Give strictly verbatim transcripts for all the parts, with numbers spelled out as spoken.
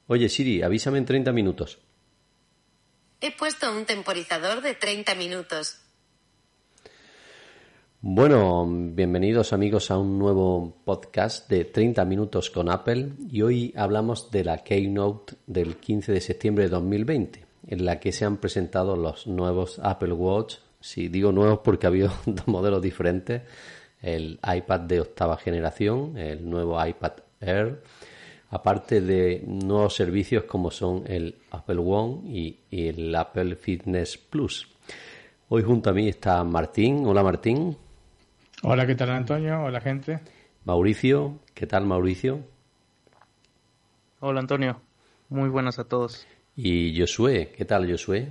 Oye, Siri, avísame en treinta minutos. He puesto un temporizador de treinta minutos. Bueno, bienvenidos amigos a un nuevo podcast de treinta minutos con Apple y hoy hablamos de la Keynote del quince de septiembre de dos mil veinte, en la que se han presentado los nuevos Apple Watch. Sí, digo nuevos porque ha habido dos modelos diferentes, el iPad de octava generación, el nuevo iPad Air, aparte de nuevos servicios como son el Apple One y, y el Apple Fitness Plus. Hoy junto a mí está Martín. Hola Martín. Hola, ¿qué tal Antonio? Hola gente. Mauricio, ¿qué tal Mauricio? Hola Antonio, muy buenas a todos. Y Josué, ¿qué tal Josué?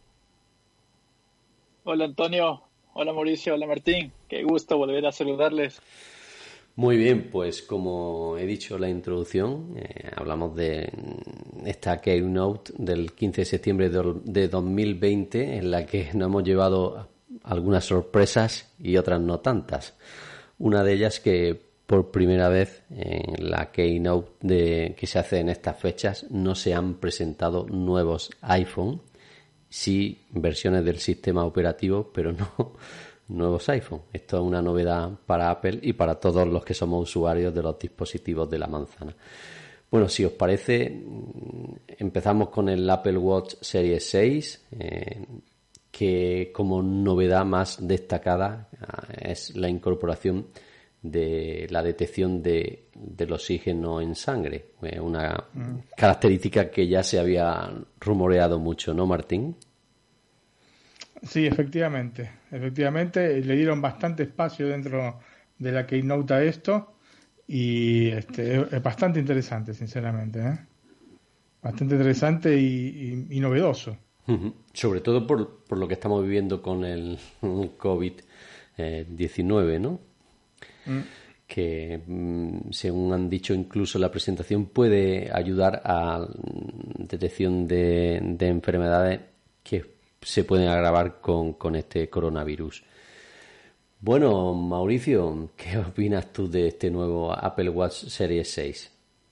Hola Antonio, hola Mauricio, hola Martín, qué gusto volver a saludarles. Muy bien, pues como he dicho en la introducción, eh, hablamos de esta Keynote del quince de septiembre de dos mil veinte, en la que nos hemos llevado algunas sorpresas y otras no tantas. Una de ellas que por primera vez en la Keynote de, que se hace en estas fechas no se han presentado nuevos iPhone, sí versiones del sistema operativo, pero no nuevos iPhone. Esto es una novedad para Apple y para todos los que somos usuarios de los dispositivos de la manzana. Bueno, si os parece, empezamos con el Apple Watch Series seis, eh, que como novedad más destacada es la incorporación de la detección de, del oxígeno en sangre, una mm. característica que ya se había rumoreado mucho, ¿no, Martín? Sí, efectivamente, efectivamente le dieron bastante espacio dentro de la Keynote a esto y este, es bastante interesante, sinceramente, ¿eh? Bastante interesante y, y, y novedoso. Uh-huh. Sobre todo por, por lo que estamos viviendo con el COVID diecinueve, ¿no? Mm. Que, según han dicho incluso en la presentación, puede ayudar a detección de, de enfermedades que se pueden agravar con, con este coronavirus. Bueno, Mauricio, ¿qué opinas tú de este nuevo Apple Watch Series seis?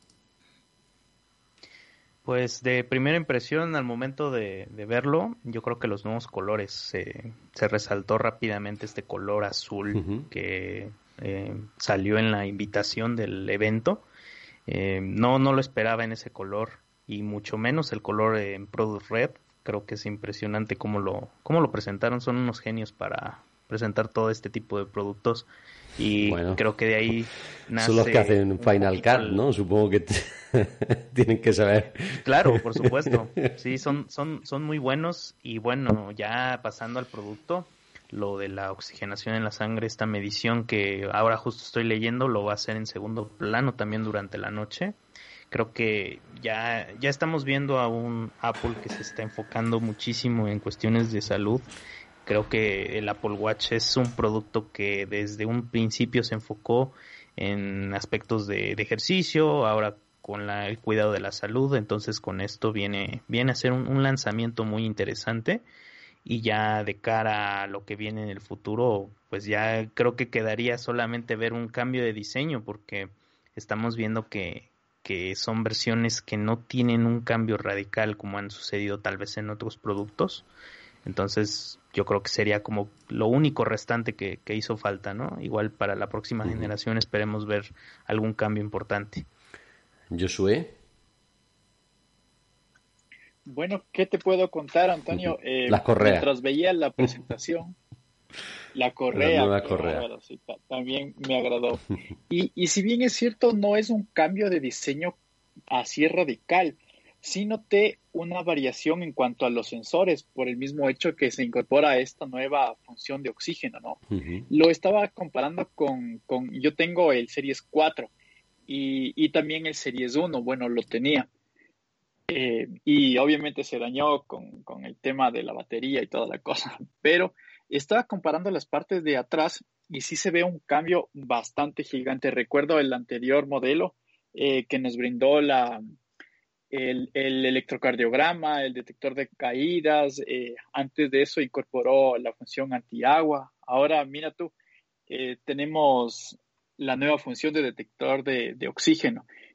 Pues de primera impresión, al momento de, de verlo, yo creo que los nuevos colores, eh, se resaltó rápidamente este color azul uh-huh. que eh, salió en la invitación del evento. Eh, no, no lo esperaba en ese color y mucho menos el color en Product Red. Creo que es impresionante cómo lo, cómo lo presentaron. Son unos genios para presentar todo este tipo de productos. Y bueno, creo que de ahí nace... Son los que hacen Final Cut, el... ¿no? Supongo que te... tienen que saber. Claro, por supuesto. Sí, son, son, son muy buenos. Y bueno, ya pasando al producto, lo de la oxigenación en la sangre, esta medición que ahora justo estoy leyendo, lo va a hacer en segundo plano también durante la noche. Creo que ya, ya estamos viendo a un Apple que se está enfocando muchísimo en cuestiones de salud. Creo que el Apple Watch es un producto que desde un principio se enfocó en aspectos de, de ejercicio, ahora con la, el cuidado de la salud. Entonces con esto viene, viene a ser un, un lanzamiento muy interesante. Y ya de cara a lo que viene en el futuro, pues ya creo que quedaría solamente ver un cambio de diseño, porque estamos viendo que que son versiones que no tienen un cambio radical como han sucedido tal vez en otros productos. Entonces yo creo que sería como lo único restante que, que hizo falta, ¿no? Igual para la próxima uh-huh. generación esperemos ver algún cambio importante. Josué. Bueno, ¿qué te puedo contar, Antonio? Eh, Las correas. Mientras veía la presentación, la correa, la nueva correa. Agradó, sí, también me agradó. Y, y si bien es cierto, no es un cambio de diseño así radical, sí noté una variación en cuanto a los sensores por el mismo hecho que se incorpora esta nueva función de oxígeno, ¿no? Uh-huh. Lo estaba comparando con, con, yo tengo el Series cuatro y, y también el Series uno, bueno, lo tenía. Eh, y obviamente se dañó con, con el tema de la batería y toda la cosa, pero estaba comparando las partes de atrás y sí se ve un cambio bastante gigante. Recuerdo el anterior modelo eh, que nos brindó la, el, el electrocardiograma, el detector de caídas. Eh, antes de eso incorporó la función antiagua. Ahora, mira tú, eh, tenemos la nueva función de detector de, de oxígeno.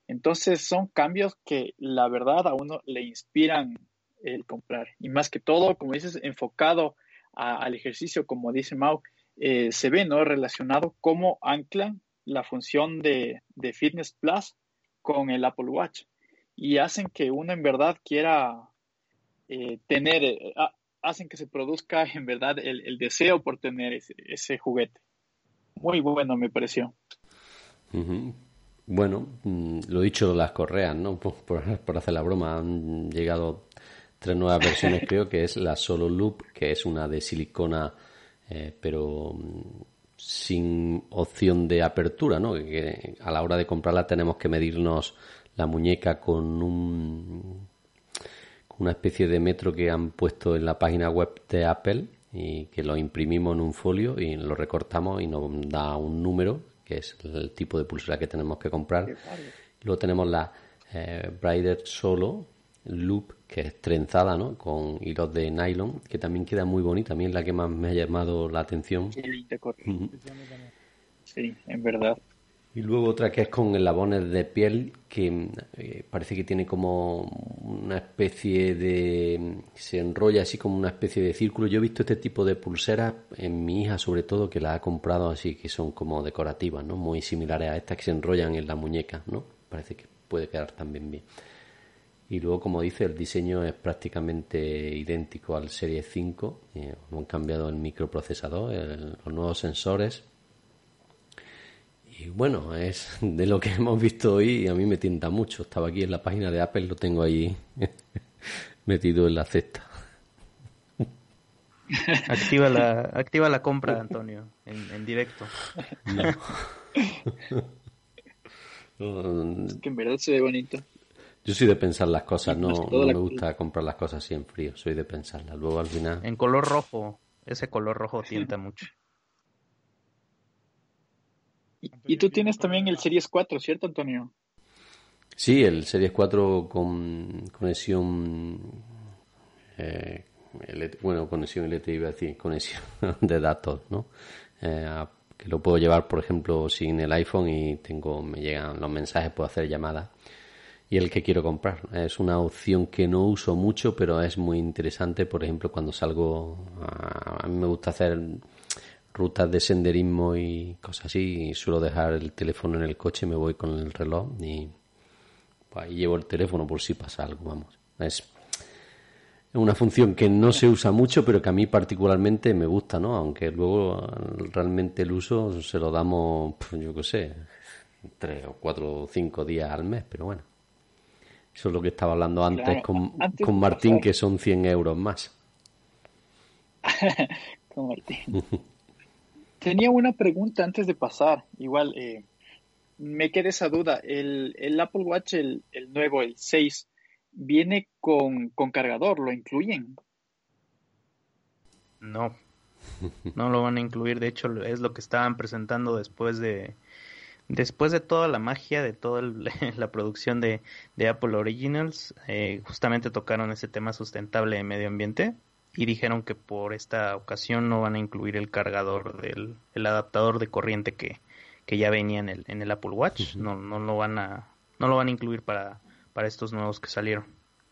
Entonces son cambios que la verdad a uno le inspiran el comprar. Y más que todo, como dices, enfocado a, al ejercicio, como dice Mau, eh, se ve, ¿no?, relacionado cómo anclan la función de, de Fitness Plus con el Apple Watch. Y hacen que uno en verdad quiera eh, tener, eh, hacen que se produzca en verdad el, el deseo por tener ese, ese juguete. Muy bueno me pareció. Uh-huh. Bueno, mmm, lo dicho, las correas, ¿no? Por, por, por hacer la broma, han llegado tres nuevas versiones, creo que es la Solo Loop, que es una de silicona, eh, pero mmm, sin opción de apertura, ¿no? Que a la hora de comprarla tenemos que medirnos la muñeca con un con una especie de metro que han puesto en la página web de Apple y que lo imprimimos en un folio y lo recortamos y nos da un número, que es el tipo de pulsera que tenemos que comprar. Luego tenemos la eh, Brighter Solo Loop, que es trenzada, ¿no?, con hilos de nylon, que también queda muy bonita. A mí es la que más me ha llamado la atención. Uh-huh. Sí, en verdad. Y luego otra que es con eslabones de piel, que eh, parece que tiene como una especie de... se enrolla así como una especie de círculo. Yo he visto este tipo de pulseras en mi hija, sobre todo, que la ha comprado así, que son como decorativas, ¿no?, muy similares a estas que se enrollan en la muñeca, ¿no? Parece que puede quedar también bien. Y luego, como dice, el diseño es prácticamente idéntico al Series cinco. Eh, han cambiado el microprocesador, el, los nuevos sensores. Y bueno, es de lo que hemos visto hoy y a mí me tienta mucho. Estaba aquí en la página de Apple, lo tengo ahí metido en la cesta. Activa la, activa la compra, Antonio, en, en directo. No. Es que en verdad se ve bonito. Yo soy de pensar las cosas, no, no me la... gusta comprar las cosas así en frío, soy de pensarlas. Luego al final... En color rojo, ese color rojo tienta mucho. Y, y tú tienes también el Series cuatro, ¿cierto, Antonio? Sí, el Series cuatro con conexión... Eh, L T, bueno, conexión L T E, iba a decir, conexión de datos, ¿no? Eh, que lo puedo llevar, por ejemplo, sin el iPhone y tengo me llegan los mensajes, puedo hacer llamadas. Y el que quiero comprar. Es una opción que no uso mucho, pero es muy interesante. Por ejemplo, cuando salgo, a, a mí me gusta hacer rutas de senderismo y cosas así, y suelo dejar el teléfono en el coche, me voy con el reloj y pues, ahí llevo el teléfono por si pasa algo, vamos. Es una función que no se usa mucho, pero que a mí particularmente me gusta, ¿no? Aunque luego realmente el uso se lo damos, yo qué sé, tres o cuatro o cinco días al mes, pero bueno. Eso es lo que estaba hablando antes, claro, con, antes con Martín, pasar. Que son cien euros más. Con Martín. Tenía una pregunta antes de pasar. Igual, eh, me queda esa duda. El, el Apple Watch, el, el nuevo, el seis, ¿viene con, con cargador? ¿Lo incluyen? No, no lo van a incluir. De hecho, es lo que estaban presentando después de... Después de toda la magia, de toda el, la producción de, de Apple Originals, eh, justamente tocaron ese tema sustentable de medio ambiente y dijeron que por esta ocasión no van a incluir el cargador del el adaptador de corriente que, que ya venía en el, en el Apple Watch. Uh-huh. No, no lo van a no lo van a incluir para, para estos nuevos que salieron.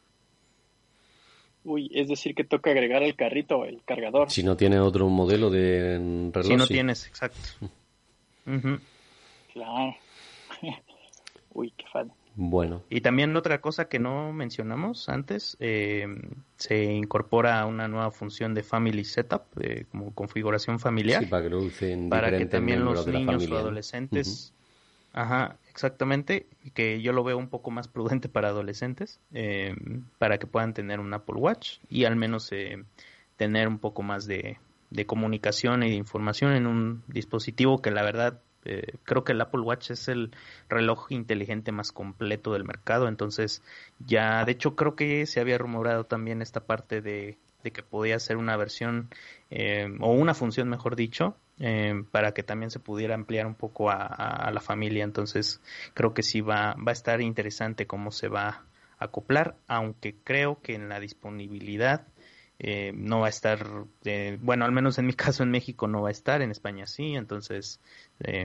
Uy, es decir que toca agregar al carrito el cargador. Si no tienes otro modelo de reloj. Si no sí. tienes, exacto. Uh-huh. Claro. Uy, qué falta. Bueno. Y también otra cosa que no mencionamos antes, eh, se incorpora una nueva función de Family Setup, eh, como configuración familiar. Sí, para que lo usen para que también los niños familia, o adolescentes, ¿no? Ajá, exactamente, que yo lo veo un poco más prudente para adolescentes, eh, para que puedan tener un Apple Watch y al menos eh, tener un poco más de, de comunicación y de información en un dispositivo que la verdad Eh, creo que el Apple Watch es el reloj inteligente más completo del mercado, entonces ya, de hecho creo que se había rumorado también esta parte de, de que podía ser una versión eh, o una función mejor dicho, eh, para que también se pudiera ampliar un poco a, a, a la familia, entonces creo que sí va, va a estar interesante cómo se va a acoplar, aunque creo que en la disponibilidad Eh, no va a estar, eh, bueno, al menos en mi caso en México no va a estar, en España sí, entonces eh,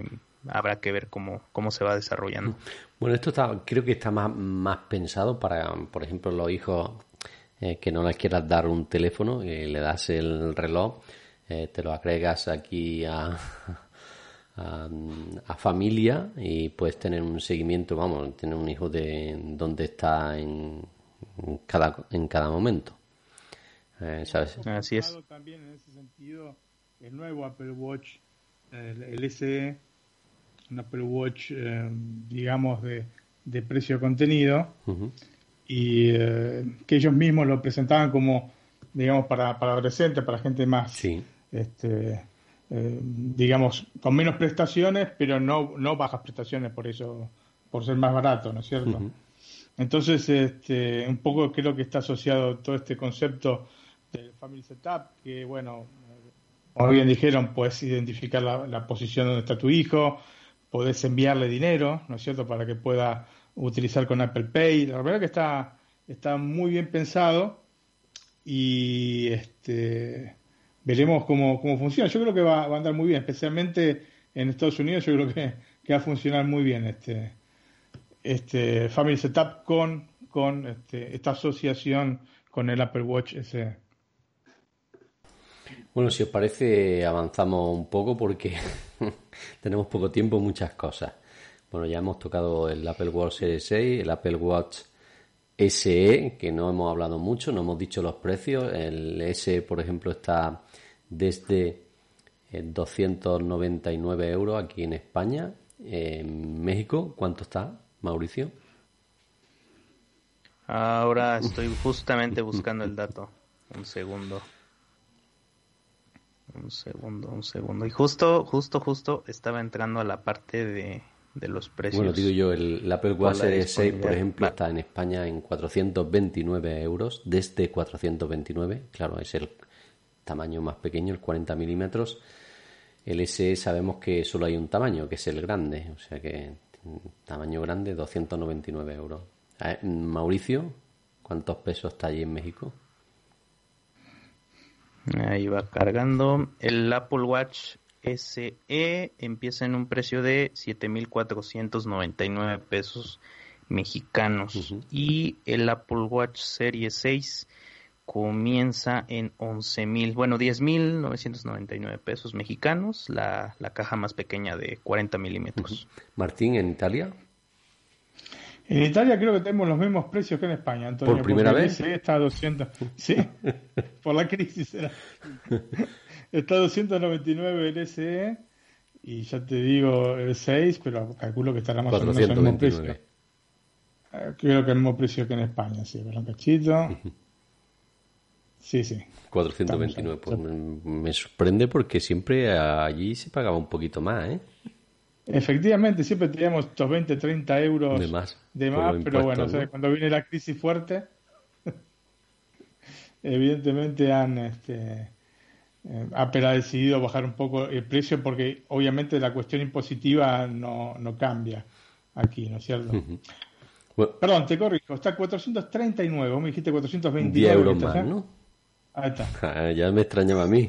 habrá que ver cómo, cómo se va desarrollando. Bueno, esto está, creo que está más, más pensado para, por ejemplo, los hijos eh, que no les quieras dar un teléfono y le das el reloj, eh, te lo agregas aquí a, a, a familia y puedes tener un seguimiento, vamos, tener un hijo de dónde está en, en cada en cada momento. Eh, ¿sabes? Así es. También en ese sentido, el nuevo Apple Watch, el, el S E, un Apple Watch, eh, digamos, de, de precio contenido, uh-huh. y eh, que ellos mismos lo presentaban como, digamos, para, para adolescentes, para gente más, sí. este, eh, digamos, con menos prestaciones, pero no, no bajas prestaciones por eso, por ser más barato, ¿no es cierto? Uh-huh. Entonces, este, un poco creo que está asociado todo este concepto del Family Setup, que bueno, como bien dijeron, puedes identificar la, la posición donde está tu hijo, podés enviarle dinero, ¿no es cierto?, para que pueda utilizar con Apple Pay. La verdad que está, está muy bien pensado y este, veremos cómo, cómo funciona. Yo creo que va, va a andar muy bien, especialmente en Estados Unidos. Yo creo que, que va a funcionar muy bien este, este Family Setup con, con este, esta asociación con el Apple Watch S E. Bueno, si os parece, avanzamos un poco porque tenemos poco tiempo, muchas cosas. Bueno, ya hemos tocado el Apple Watch Series seis, el Apple Watch S E, que no hemos hablado mucho, no hemos dicho los precios. El S E, por ejemplo, está desde doscientos noventa y nueve euros aquí en España. En México, ¿cuánto está, Mauricio? Ahora estoy justamente buscando el dato. Un segundo. Un segundo, un segundo. Y justo, justo, justo estaba entrando a la parte de, de los precios. Bueno, digo yo, el, el Apple Watch Series seis, por ejemplo, está en España en cuatrocientos veintinueve euros, desde cuatrocientos veintinueve. Claro, es el tamaño más pequeño, el cuarenta milímetros. El S E sabemos que solo hay un tamaño, que es el grande. O sea que tamaño grande, doscientos noventa y nueve euros. Mauricio, ¿cuántos pesos está allí en México? Ahí va cargando. El Apple Watch S E empieza en un precio de siete mil cuatrocientos noventa y nueve pesos mexicanos. Uh-huh. Y el Apple Watch Series seis comienza en once mil, bueno, diez mil novecientos noventa y nueve pesos mexicanos. La, la caja más pequeña de cuarenta milímetros. Uh-huh. Martín, ¿en Italia? En Italia creo que tenemos los mismos precios que en España, Antonio. ¿Por primera vez? El S E está a doscientos. Sí, por la crisis era. Está a doscientos noventa y nueve el S E y ya te digo el seis, pero calculo que estará más o menos al mismo precio. Creo que el mismo precio que en España, sí, pero un cachito. Sí, sí. cuatrocientos veintinueve, pues me sorprende porque siempre allí se pagaba un poquito más, ¿eh? Efectivamente, siempre teníamos estos veinte, treinta euros de más, de más pero bueno, ¿no? O sea, cuando viene la crisis fuerte, evidentemente han este, eh, Apple ha decidido bajar un poco el precio porque obviamente la cuestión impositiva no, no cambia aquí, ¿no es cierto? Uh-huh. Bueno, perdón, te corrijo, está cuatrocientos treinta y nueve, vos me dijiste cuatrocientos veintinueve. diez euros más, ya, ¿no? Ahí está. Ah, ya me extrañaba a mí.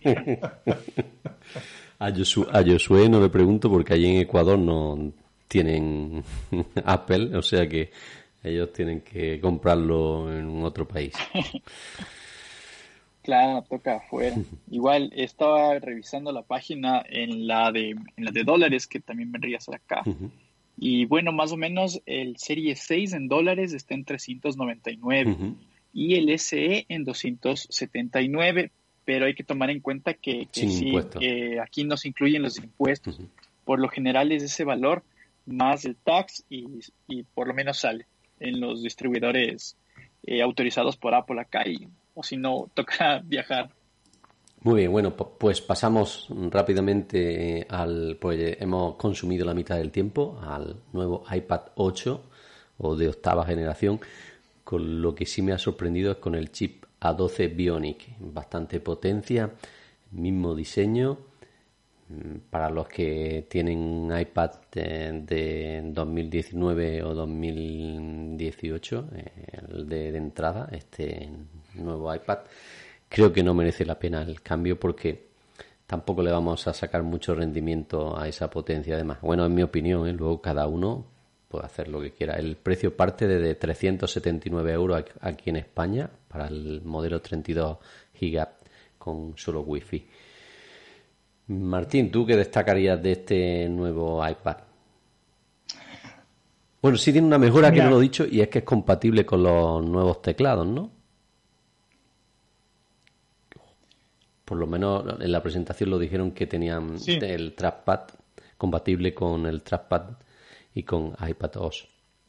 A Josué, a Josué no le pregunto porque allí en Ecuador no tienen Apple, o sea que ellos tienen que comprarlo en otro país. Claro, toca afuera. Igual estaba revisando la página en la de en la de dólares que también vendrías acá. Uh-huh. Y bueno, más o menos el Serie seis en dólares está en trescientos noventa y nueve uh-huh. y el S E en doscientos setenta y nueve. Pero hay que tomar en cuenta que, que sí, eh, aquí no se incluyen los impuestos. Uh-huh. Por lo general es ese valor más el tax y, y por lo menos sale en los distribuidores eh, autorizados por Apple acá, y, o si no, toca viajar. Muy bien, bueno, pues pasamos rápidamente al, pues hemos consumido la mitad del tiempo, al nuevo iPad ocho o de octava generación, con lo que sí me ha sorprendido es con el chip A doce Bionic, bastante potencia, mismo diseño. Para los que tienen un iPad de, de dos mil diecinueve o dos mil dieciocho, el de, de entrada, este nuevo iPad, creo que no merece la pena el cambio porque tampoco le vamos a sacar mucho rendimiento a esa potencia. Además, bueno, en mi opinión, ¿eh? Luego cada uno puede hacer lo que quiera. El precio parte de trescientos setenta y nueve euros aquí en España para el modelo treinta y dos gigas con solo wifi. Martín, ¿tú qué destacarías de este nuevo iPad? Bueno, sí tiene una mejora que no lo he dicho, y es que es compatible con los nuevos teclados, ¿no? Por lo menos en la presentación lo dijeron que tenían sí. el trackpad compatible con el trackpad y con iPadOS.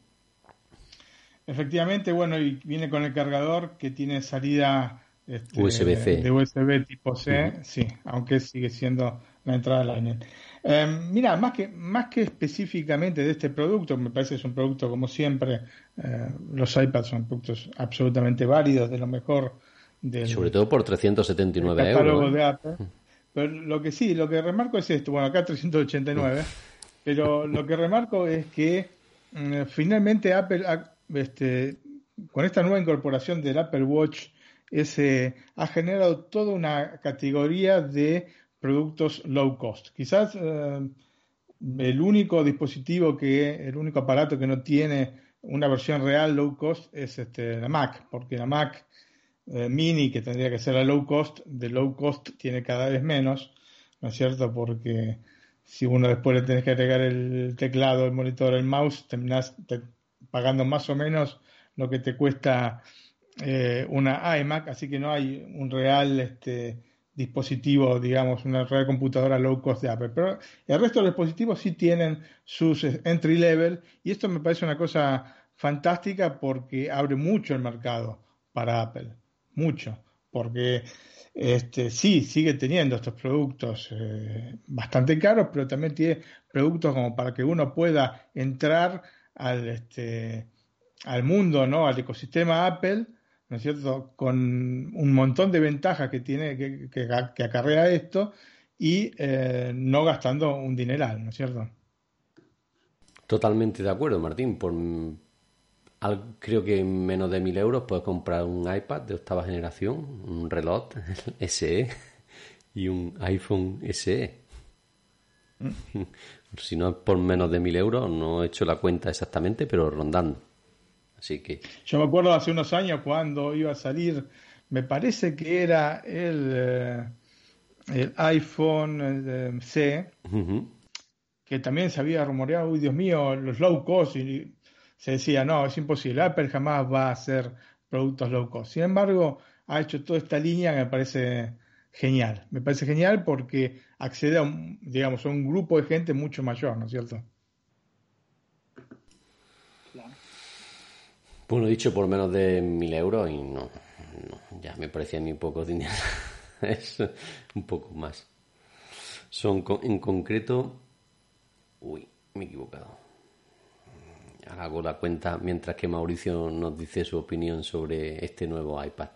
Efectivamente, bueno, y viene con el cargador que tiene salida este, U S B-C. de U S B tipo C, uh-huh. sí, aunque sigue siendo la entrada Lightning. Eh, mira, más que más que específicamente de este producto, me parece que es un producto como siempre, eh, los iPads son productos absolutamente válidos, de lo mejor del, sobre todo por trescientos setenta y nueve euros. De Apple. Pero lo que sí, lo que remarco es esto, bueno, acá trescientos ochenta y nueve, pero lo que remarco es que eh, finalmente Apple ha, este, con esta nueva incorporación del Apple Watch ese, ha generado toda una categoría de productos low cost. Quizás eh, el único dispositivo que, el único aparato que no tiene una versión real low cost es este, la Mac, porque la Mac eh, Mini, que tendría que ser la low cost, de low cost tiene cada vez menos, ¿no es cierto? Porque si uno después le tenés que agregar el teclado, el monitor, el mouse, terminás te, pagando más o menos lo que te cuesta eh, una iMac, así que no hay un real este, dispositivo, digamos, una real computadora low cost de Apple. Pero el resto de los dispositivos sí tienen sus entry level, y esto me parece una cosa fantástica porque abre mucho el mercado para Apple, mucho, porque este sí, sigue teniendo estos productos eh, bastante caros, pero también tiene productos como para que uno pueda entrar al este al mundo, ¿no? Al ecosistema Apple, ¿no es cierto? Con un montón de ventajas que tiene, que, que, que acarrea esto, y eh, no gastando un dineral, ¿no es cierto? Totalmente de acuerdo, Martín. Por al, creo que en menos de mil euros puedes comprar un iPad de octava generación, un reloj S E y un iPhone S E. Mm. Si no es por menos de mil euros, no he hecho la cuenta exactamente, pero rondando. Así que yo me acuerdo hace unos años cuando iba a salir, me parece que era el, eh, el iPhone el, C, uh-huh. que también se había rumoreado, uy Dios mío, los low cost, y se decía, no, es imposible, Apple jamás va a hacer productos low cost. Sin embargo, ha hecho toda esta línea que me parece genial. Me parece genial porque accede a un, digamos, a un grupo de gente mucho mayor, ¿no es cierto? Bueno, dicho por menos de mil euros y no, no, ya me parecía a mí poco dinero. Es un poco más. Son en concreto, uy, me he equivocado. Hago la cuenta mientras que Mauricio nos dice su opinión sobre este nuevo iPad.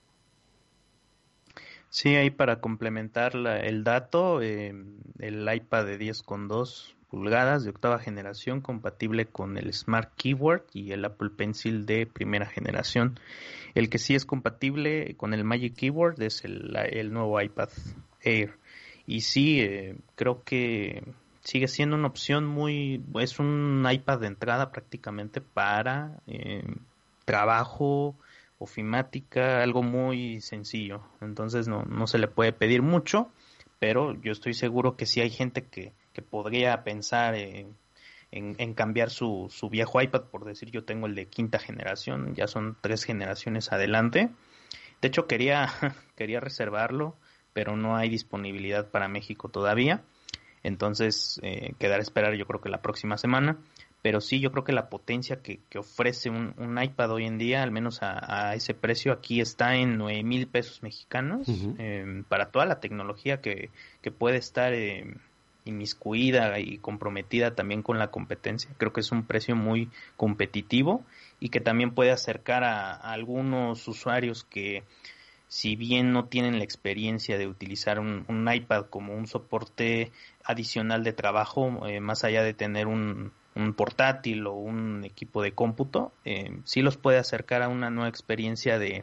Sí, ahí para complementar la, el dato, eh, el iPad de diez coma dos pulgadas de octava generación, compatible con el Smart Keyboard y el Apple Pencil de primera generación. El que sí es compatible con el Magic Keyboard es el, el nuevo iPad Air. Y sí, eh, creo que sigue siendo una opción muy... es un iPad de entrada prácticamente para eh, trabajo, ofimática, algo muy sencillo. Entonces no, no se le puede pedir mucho, pero yo estoy seguro que sí hay gente que que podría pensar en, en, en cambiar su, su viejo iPad, por decir, yo tengo el de quinta generación, ya son tres generaciones adelante. De hecho, quería, quería reservarlo, pero no hay disponibilidad para México todavía. Entonces, eh, quedará a esperar yo creo que la próxima semana. Pero sí, yo creo que la potencia que, que ofrece un, un iPad hoy en día, al menos a, a ese precio, aquí está en nueve mil pesos mexicanos, uh-huh. eh, para toda la tecnología que, que puede estar... Eh, inmiscuida y comprometida también con la competencia. Creo que es un precio muy competitivo y que también puede acercar a, a algunos usuarios que, si bien no tienen la experiencia de utilizar un, un iPad como un soporte adicional de trabajo, eh, más allá de tener un, un portátil o un equipo de cómputo, eh, sí los puede acercar a una nueva experiencia de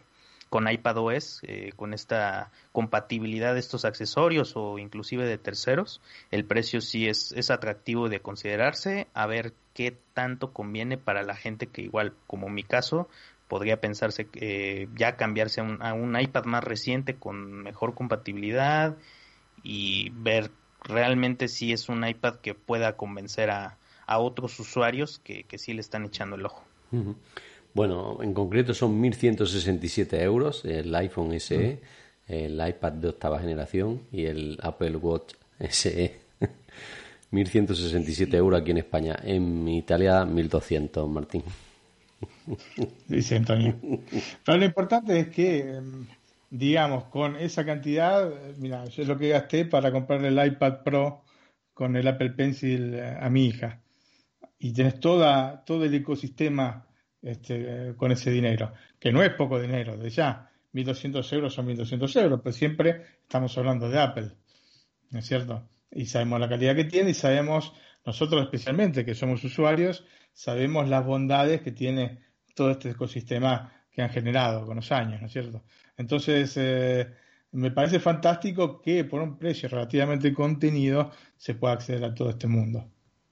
con iPadOS, eh, con esta compatibilidad de estos accesorios o inclusive de terceros. El precio sí es, es atractivo de considerarse, a ver qué tanto conviene para la gente que igual, como mi caso, podría pensarse eh, ya cambiarse a un, a un iPad más reciente con mejor compatibilidad y ver realmente si es un iPad que pueda convencer a, a otros usuarios que, que sí le están echando el ojo. Uh-huh. Bueno, en concreto son mil ciento sesenta y siete euros el iPhone S E, uh-huh. el iPad de octava generación y el Apple Watch S E. mil ciento sesenta y siete euros aquí en España. En Italia, mil doscientos, Martín. Dice Antonio. Pero lo importante es que, digamos, con esa cantidad, mira, yo es lo que gasté para comprarle el iPad Pro con el Apple Pencil a mi hija. Y tenés toda, todo el ecosistema este, con ese dinero, que no es poco dinero, de ya, mil doscientos euros son mil doscientos euros, pero siempre estamos hablando de Apple, ¿no es cierto? Y sabemos la calidad que tiene y sabemos, nosotros especialmente, que somos usuarios, sabemos las bondades que tiene todo este ecosistema que han generado con los años, ¿no es cierto? Entonces, eh, me parece fantástico que por un precio relativamente contenido se pueda acceder a todo este mundo.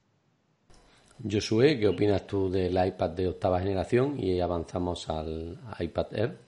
Josué, ¿qué opinas tú del iPad de octava generación? Y avanzamos al iPad Air.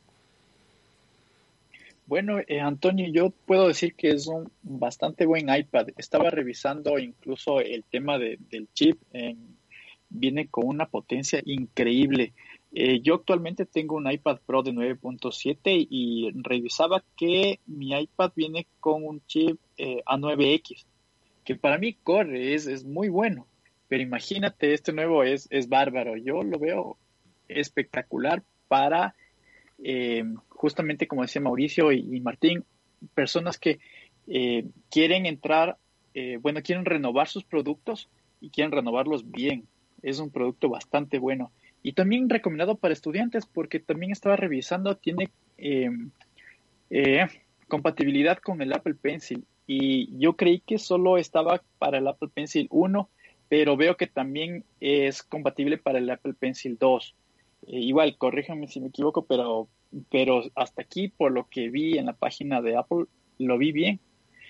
Bueno, eh, Antonio, yo puedo decir que es un bastante buen iPad. Estaba revisando incluso el tema de, del chip. Eh, viene con una potencia increíble. Eh, yo actualmente tengo un iPad Pro de nueve punto siete y revisaba que mi iPad viene con un chip eh, A nueve X, que para mí corre, es, es muy bueno. Pero imagínate, este nuevo es, es bárbaro. Yo lo veo espectacular para, eh, justamente como decía Mauricio y, y Martín, personas que eh, quieren entrar, eh, bueno, quieren renovar sus productos y quieren renovarlos bien. Es un producto bastante bueno. Y también recomendado para estudiantes porque también estaba revisando, tiene eh, eh, compatibilidad con el Apple Pencil. Y yo creí que solo estaba para el Apple Pencil uno, pero veo que también es compatible para el Apple Pencil dos. Eh, igual, corríjanme si me equivoco, pero, pero hasta aquí, por lo que vi en la página de Apple, lo vi bien.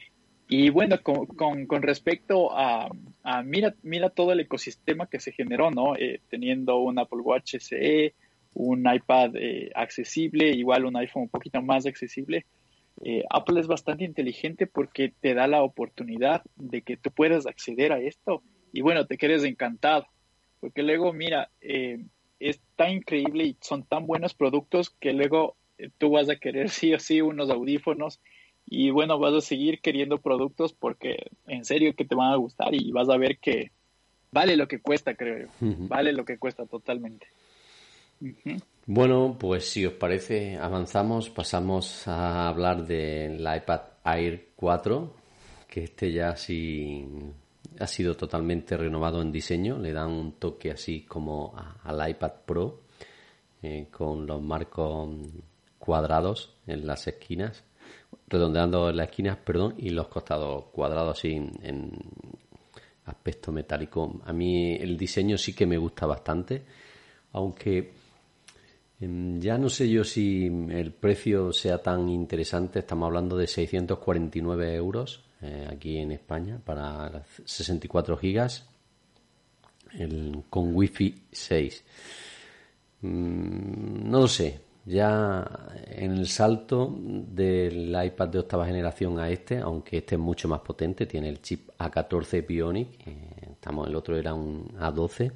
Y bueno, con, con, con respecto a, a mira, mira todo el ecosistema que se generó, ¿no? Eh, teniendo un Apple Watch S E, un iPad eh, accesible, igual un iPhone un poquito más accesible. Eh, Apple es bastante inteligente porque te da la oportunidad de que tú puedas acceder a esto y bueno, te quedes encantado, porque luego, mira, eh, es tan increíble y son tan buenos productos que luego eh, tú vas a querer sí o sí unos audífonos y bueno, vas a seguir queriendo productos porque en serio que te van a gustar y vas a ver que vale lo que cuesta, creo yo, uh-huh. Vale lo que cuesta totalmente. Uh-huh. Bueno, pues si os parece, avanzamos, pasamos a hablar del iPad Air cuatro, que este ya sí ha sido totalmente renovado en diseño, le dan un toque así como a, al iPad Pro, eh, con los marcos cuadrados en las esquinas, redondeando las esquinas, perdón, y los costados cuadrados así en, en aspecto metálico. A mí el diseño sí que me gusta bastante, aunque ya no sé yo si el precio sea tan interesante. Estamos hablando de seiscientos cuarenta y nueve euros eh, aquí en España para sesenta y cuatro gigas el, con Wi-Fi seis. Mm, no lo sé. Ya en el salto del iPad de octava generación a este, aunque este es mucho más potente, tiene el chip A catorce Bionic, eh, estamos, el otro era un A doce.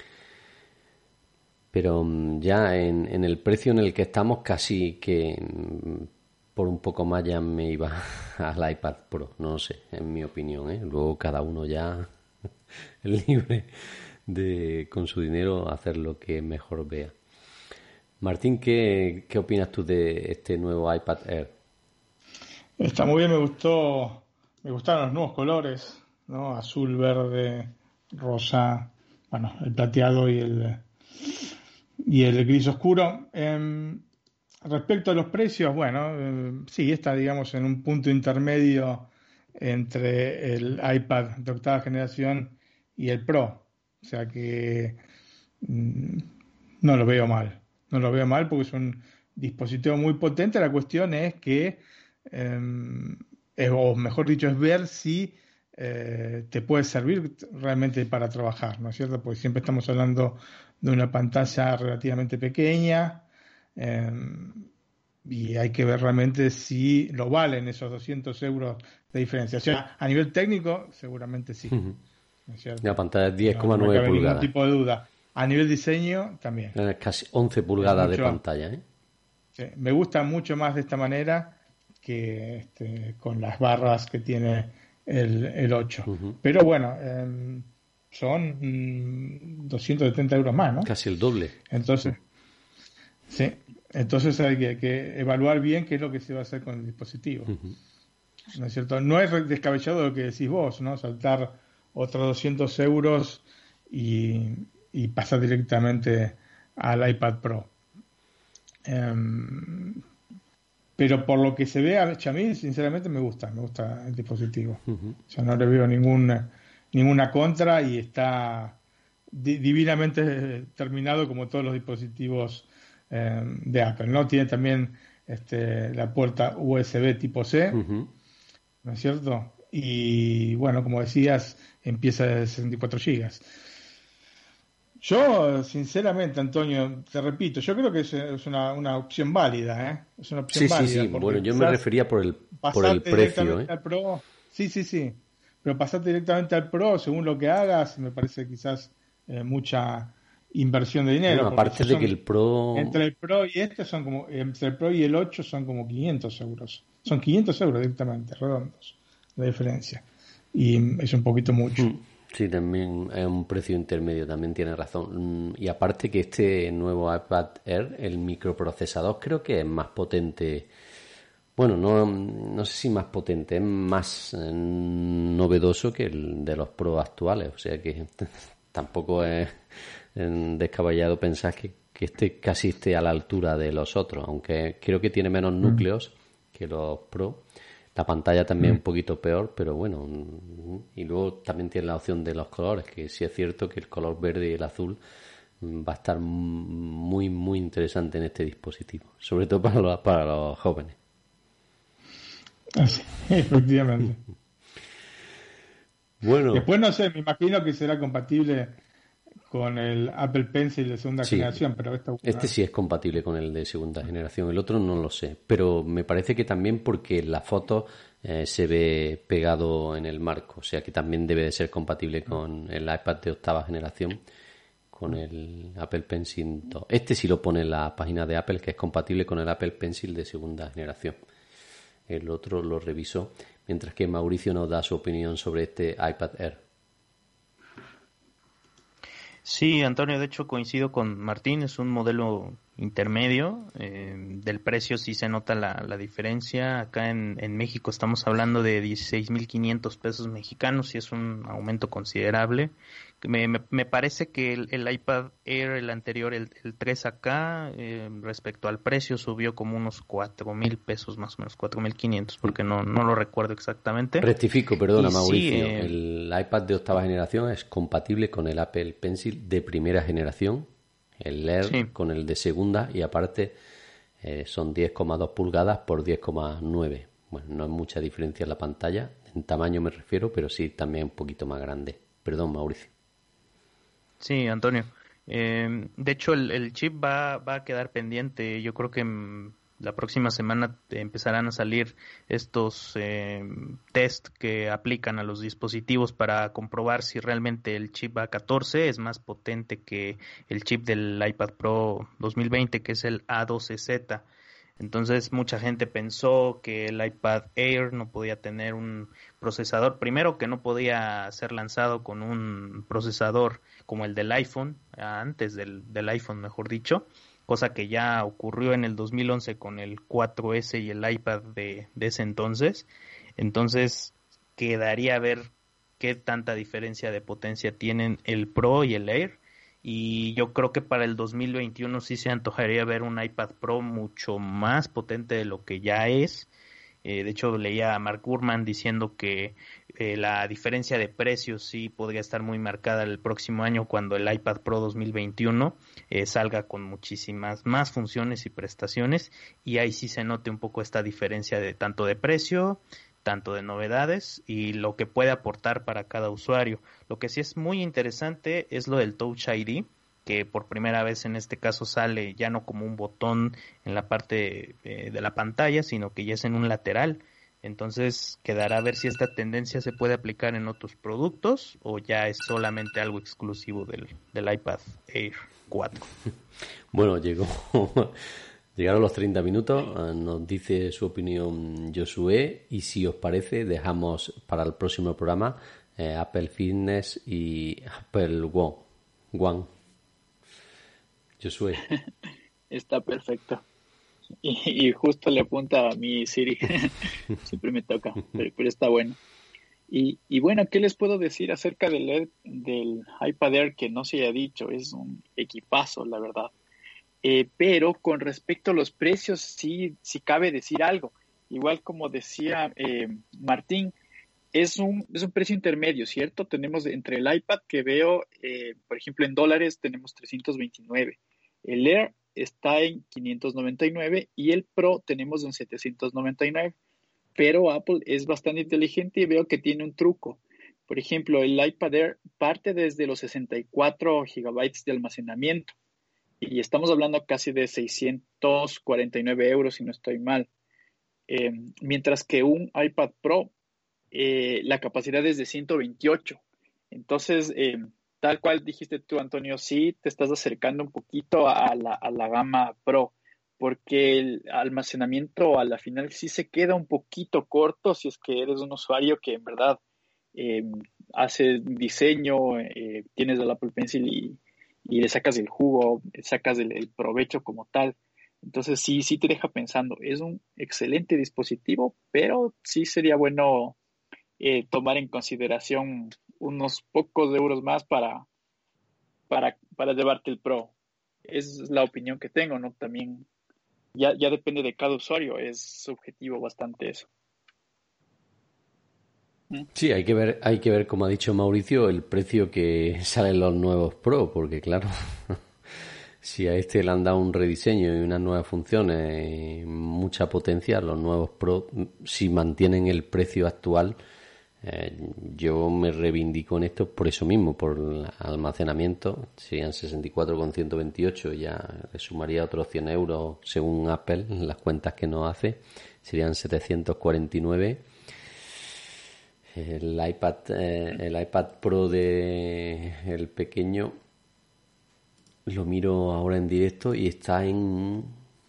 Pero ya en, en el precio en el que estamos, casi que por un poco más ya me iba al iPad Pro. No lo sé, en mi opinión, ¿eh? Luego cada uno ya es libre de con su dinero hacer lo que mejor vea. Martín, ¿qué, qué opinas tú de este nuevo iPad Air? Está muy bien, me gustó, me gustaron los nuevos colores, ¿no? Azul, verde, rosa, bueno, el plateado y el y el gris oscuro. Eh, respecto a los precios, bueno, eh, sí, está, digamos, en un punto intermedio entre el iPad de octava generación y el Pro. O sea que mm, no lo veo mal. No lo veo mal porque es un, dispositivo muy potente. La cuestión es que, eh, es, o mejor dicho, es ver si eh, te puede servir realmente para trabajar, ¿no es cierto? Porque siempre estamos hablando de una pantalla relativamente pequeña, eh, y hay que ver realmente si lo valen esos doscientos euros de diferencia. O sea, a nivel técnico, seguramente sí. Uh-huh. ¿No es cierto? La pantalla es diez coma no, no nueve me cabe pulgadas. Ningún tipo de duda. A nivel diseño, también. Es casi once pulgadas mucho, de pantalla, ¿eh? Sí, me gusta mucho más de esta manera que este, con las barras que tiene el, el ocho. Uh-huh. Pero bueno, eh, son mm, doscientos setenta euros más, ¿no? Casi el doble. Entonces, sí, entonces hay que, que evaluar bien qué es lo que se va a hacer con el dispositivo. Uh-huh. ¿No es cierto? No es descabellado lo que decís vos, ¿no? Saltar otros doscientos euros y, y pasar directamente al iPad Pro. Um, pero por lo que se ve, a mí sinceramente me gusta, me gusta el dispositivo. Uh-huh. O sea, no le veo ninguna, ninguna contra y está di- divinamente terminado como todos los dispositivos eh, de Apple, ¿no? Tiene también este, la puerta U S B tipo C, uh-huh. ¿no es cierto? Y bueno, como decías, empieza de sesenta y cuatro gigas. Yo, sinceramente, Antonio, te repito, yo creo que es, es una, una opción válida, ¿eh? Es una opción sí, válida. Sí, sí, bueno, yo me refería por el, por el precio, ¿eh? Al Pro, sí, sí, sí. Pero pasarte directamente al Pro, según lo que hagas, me parece quizás eh, mucha inversión de dinero. Bueno, aparte de son, que el Pro... Entre el Pro y este son como, entre el Pro y el ocho son como quinientos euros. Son quinientos euros directamente, redondos, la diferencia. Y es un poquito mucho. Mm. Sí, también es un precio intermedio, también tiene razón. Y aparte que este nuevo iPad Air, el microprocesador, creo que es más potente. Bueno, no, no sé si más potente, es más eh, novedoso que el de los Pro actuales. O sea que tampoco es eh, descabellado pensar que, que este casi esté a la altura de los otros, aunque creo que tiene menos núcleos que los Pro. La pantalla también mm. un poquito peor, pero bueno. Y luego también tiene la opción de los colores, que sí es cierto que el color verde y el azul va a estar muy, muy interesante en este dispositivo. Sobre todo para los, para los jóvenes. Sí, efectivamente. Bueno. Después no sé, me imagino que será compatible con el Apple Pencil de segunda sí, generación, pero esto, este sí es compatible con el de segunda generación, el otro no lo sé, pero me parece que también porque la foto eh, se ve pegado en el marco, o sea que también debe de ser compatible con el iPad de octava generación, con el Apple Pencil dos. Este sí lo pone en la página de Apple, que es compatible con el Apple Pencil de segunda generación. El otro lo revisó, mientras que Mauricio nos da su opinión sobre este iPad Air. Sí, Antonio, de hecho coincido con Martín, es un modelo intermedio, eh, del precio sí se nota la, la diferencia. Acá en, en México estamos hablando de dieciséis mil quinientos pesos mexicanos y es un aumento considerable. Me, me, me parece que el, el iPad Air, el anterior, el, el tres acá, eh, respecto al precio subió como unos cuatro mil pesos más o menos, cuatro mil quinientos, porque no, no lo recuerdo exactamente. Rectifico, perdona, y Mauricio, sí, eh, el iPad de octava generación es compatible con el Apple Pencil de primera generación, el Air sí. con el de segunda, y aparte eh, son diez coma dos pulgadas por diez coma nueve. Bueno, no es mucha diferencia en la pantalla, en tamaño me refiero, pero sí también un poquito más grande. Perdón, Mauricio. Sí, Antonio. Eh, de hecho, el, el chip va, va a quedar pendiente. Yo creo que mm, la próxima semana empezarán a salir estos eh, test que aplican a los dispositivos para comprobar si realmente el chip A catorce es más potente que el chip del iPad Pro dos mil veinte, que es el A doce Z. Entonces mucha gente pensó que el iPad Air no podía tener un procesador, primero que no podía ser lanzado con un procesador como el del iPhone, antes del, del iPhone mejor dicho, cosa que ya ocurrió en el dos mil once con el cuatro ese y el iPad de, de ese entonces. Entonces quedaría a ver qué tanta diferencia de potencia tienen el Pro y el Air. Y yo creo que para el dos mil veintiuno sí se antojaría ver un iPad Pro mucho más potente de lo que ya es. Eh, de hecho, leía a Mark Gurman diciendo que eh, la diferencia de precios sí podría estar muy marcada el próximo año cuando el iPad Pro dos mil veintiuno eh, salga con muchísimas más funciones y prestaciones, y ahí sí se note un poco esta diferencia de tanto de precio, tanto de novedades y lo que puede aportar para cada usuario. Lo que sí es muy interesante es lo del Touch I D, que por primera vez en este caso sale ya no como un botón en la parte eh, de la pantalla, sino que ya es en un lateral. Entonces quedará a ver si esta tendencia se puede aplicar en otros productos o ya es solamente algo exclusivo del, del iPad Air cuatro. Bueno, llegó llegaron los treinta minutos, nos dice su opinión Josué, y si os parece dejamos para el próximo programa eh, Apple Fitness y Apple One. One. Josué. Está perfecto. Y, y justo le apunta a mi Siri. Siempre me toca, pero, pero está bueno. Y, y bueno, ¿qué les puedo decir acerca del, del iPad Air que no se haya dicho? Es un equipazo, la verdad. Eh, pero con respecto a los precios, sí, sí cabe decir algo. Igual como decía eh, Martín, es un, es un precio intermedio, ¿cierto? Tenemos entre el iPad que veo, eh, por ejemplo, en dólares tenemos trescientos veintinueve. El Air está en quinientos noventa y nueve y el Pro tenemos en setecientos noventa y nueve. Pero Apple es bastante inteligente y veo que tiene un truco. Por ejemplo, el iPad Air parte desde los sesenta y cuatro gigabytes de almacenamiento. Y estamos hablando casi de seiscientos cuarenta y nueve euros, si no estoy mal. Eh, mientras que un iPad Pro, eh, la capacidad es de ciento veintiocho. Entonces, eh, tal cual dijiste tú, Antonio, sí te estás acercando un poquito a la, a la gama Pro, porque el almacenamiento a la final sí se queda un poquito corto si es que eres un usuario que en verdad eh, hace diseño, eh, tienes el Apple Pencil y, y le sacas el jugo, sacas el, el provecho como tal. Entonces sí, sí te deja pensando. Es un excelente dispositivo, pero sí sería bueno eh, tomar en consideración unos pocos euros más para, para, para llevarte el Pro. Es la opinión que tengo, ¿no? También ya, ya depende de cada usuario, es subjetivo bastante eso. Sí, hay que ver, hay que ver, como ha dicho Mauricio, el precio que salen los nuevos Pro, porque claro, si a este le han dado un rediseño y unas nuevas funciones y mucha potencia, los nuevos Pro, si mantienen el precio actual, eh, yo me reivindico en esto por eso mismo, por el almacenamiento. Serían sesenta y cuatro con ciento veintiocho, ya le sumaría otros cien euros según Apple, las cuentas que nos hace, serían setecientos cuarenta y nueve. El iPad, eh, el iPad Pro de el pequeño lo miro ahora en directo y está en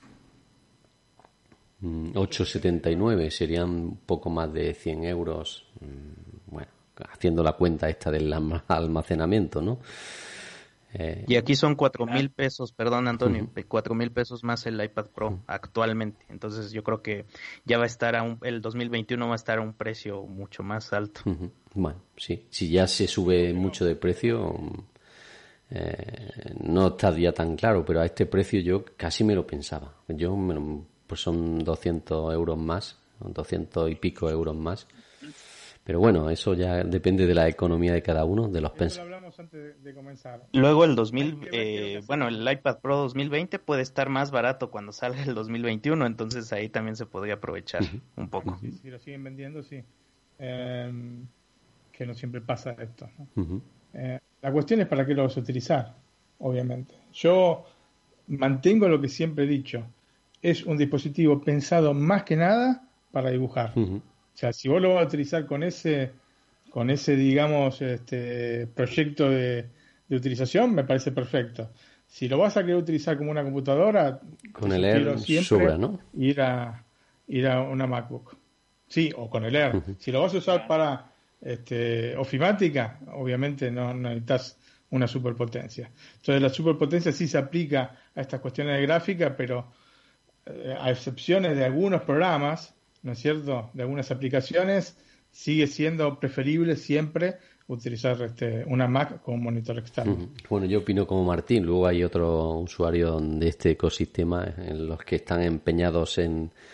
ochocientos setenta y nueve, serían un poco más de cien euros. Bueno, haciendo la cuenta esta del almacenamiento, ¿no? Eh, y aquí son cuatro mil pesos, perdón Antonio, uh-huh. cuatro mil pesos más el iPad Pro uh-huh. actualmente. Entonces yo creo que ya va a estar a un, el dos mil veintiuno va a estar a un precio mucho más alto. Uh-huh. Bueno, sí, si ya se sube mucho de precio, eh, no está ya tan claro, pero a este precio yo casi me lo pensaba. Yo me lo, pues son doscientos euros más, doscientos y pico euros más. Pero bueno, eso ya depende de la economía de cada uno, de los pensamientos. Antes de comenzar. Luego el dos mil, eh, bueno, el iPad Pro dos mil veinte puede estar más barato cuando salga el dos mil veintiuno, entonces ahí también se podría aprovechar uh-huh. un poco. Sí, si lo siguen vendiendo, sí. Eh, que no siempre pasa esto, ¿no? Uh-huh. Eh, la cuestión es para qué lo vas a utilizar, obviamente. Yo mantengo lo que siempre he dicho. Es un dispositivo pensado más que nada para dibujar. Uh-huh. O sea, si vos lo vas a utilizar con ese... con ese, digamos, este proyecto de, de utilización, me parece perfecto. Si lo vas a querer utilizar como una computadora, con el Air sobra, ¿no? Ir a, ir a una MacBook. Sí, o con el Air. Uh-huh. Si lo vas a usar para este, ofimática, obviamente no, no necesitas una superpotencia. Entonces la superpotencia sí se aplica a estas cuestiones de gráfica, pero eh, a excepciones de algunos programas, ¿no es cierto?, de algunas aplicaciones, sigue siendo preferible siempre utilizar este, una Mac como monitor externo. Uh-huh. Bueno, yo opino como Martín. Luego hay otros usuarios de este ecosistema en los que están empeñados en,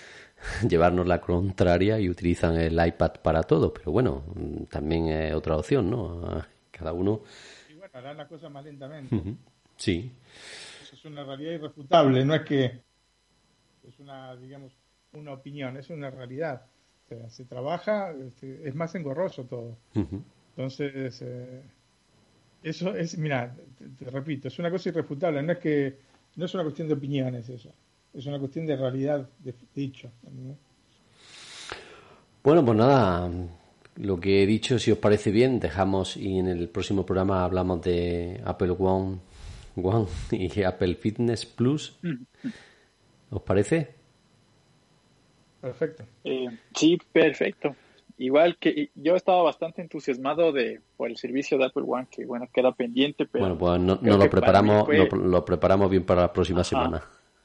llevarnos la contraria y utilizan el iPad para todo, pero bueno, también es otra opción, ¿no? Cada uno... Y bueno, harán las cosas más lentamente. Uh-huh. Sí. Eso es una realidad irrefutable, no es que es una, digamos, una opinión, es una realidad. O sea, se trabaja, este, es más engorroso todo. Uh-huh. Entonces, eh, eso es, mira, te, te repito, es una cosa irrefutable, no es que, no es una cuestión de opiniones eso, es una cuestión de realidad, de dicho. ¿No? Bueno, pues nada, lo que he dicho, si os parece bien, dejamos y en el próximo programa hablamos de Apple One, One y Apple Fitness Plus. ¿Os parece? Perfecto. Eh, sí, perfecto. Igual que yo estaba bastante entusiasmado de por el servicio de Apple One, que bueno, queda pendiente, pero bueno, pues no, no lo preparamos, fue... lo, lo preparamos bien para la próxima Ajá. semana.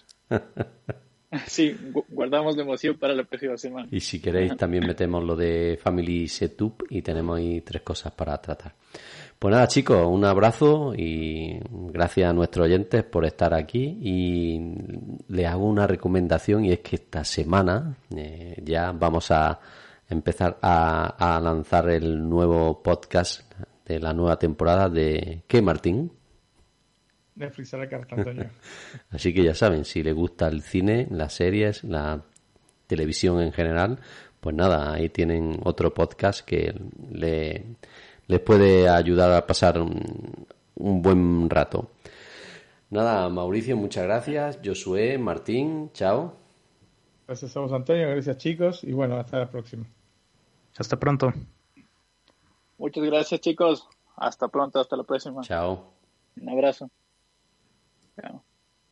Sí, guardamos la emoción para la próxima semana. Y si queréis también metemos lo de Family Setup y tenemos ahí tres cosas para tratar. Pues nada, chicos, un abrazo y gracias a nuestros oyentes por estar aquí, y les hago una recomendación, y es que esta semana eh, ya vamos a empezar a, a lanzar el nuevo podcast de la nueva temporada de ¿qué, Martín? Netflix a la carta, Antonio. Así que ya saben, si les gusta el cine, las series, la televisión en general, pues nada, ahí tienen otro podcast que le, les puede ayudar a pasar un, un buen rato. Nada, Mauricio, muchas gracias. Josué, Martín, chao. Gracias a vos, Antonio, gracias, chicos, y bueno, hasta la próxima. Hasta pronto. Muchas gracias, chicos. Hasta pronto, hasta la próxima. Chao. Un abrazo. Chao.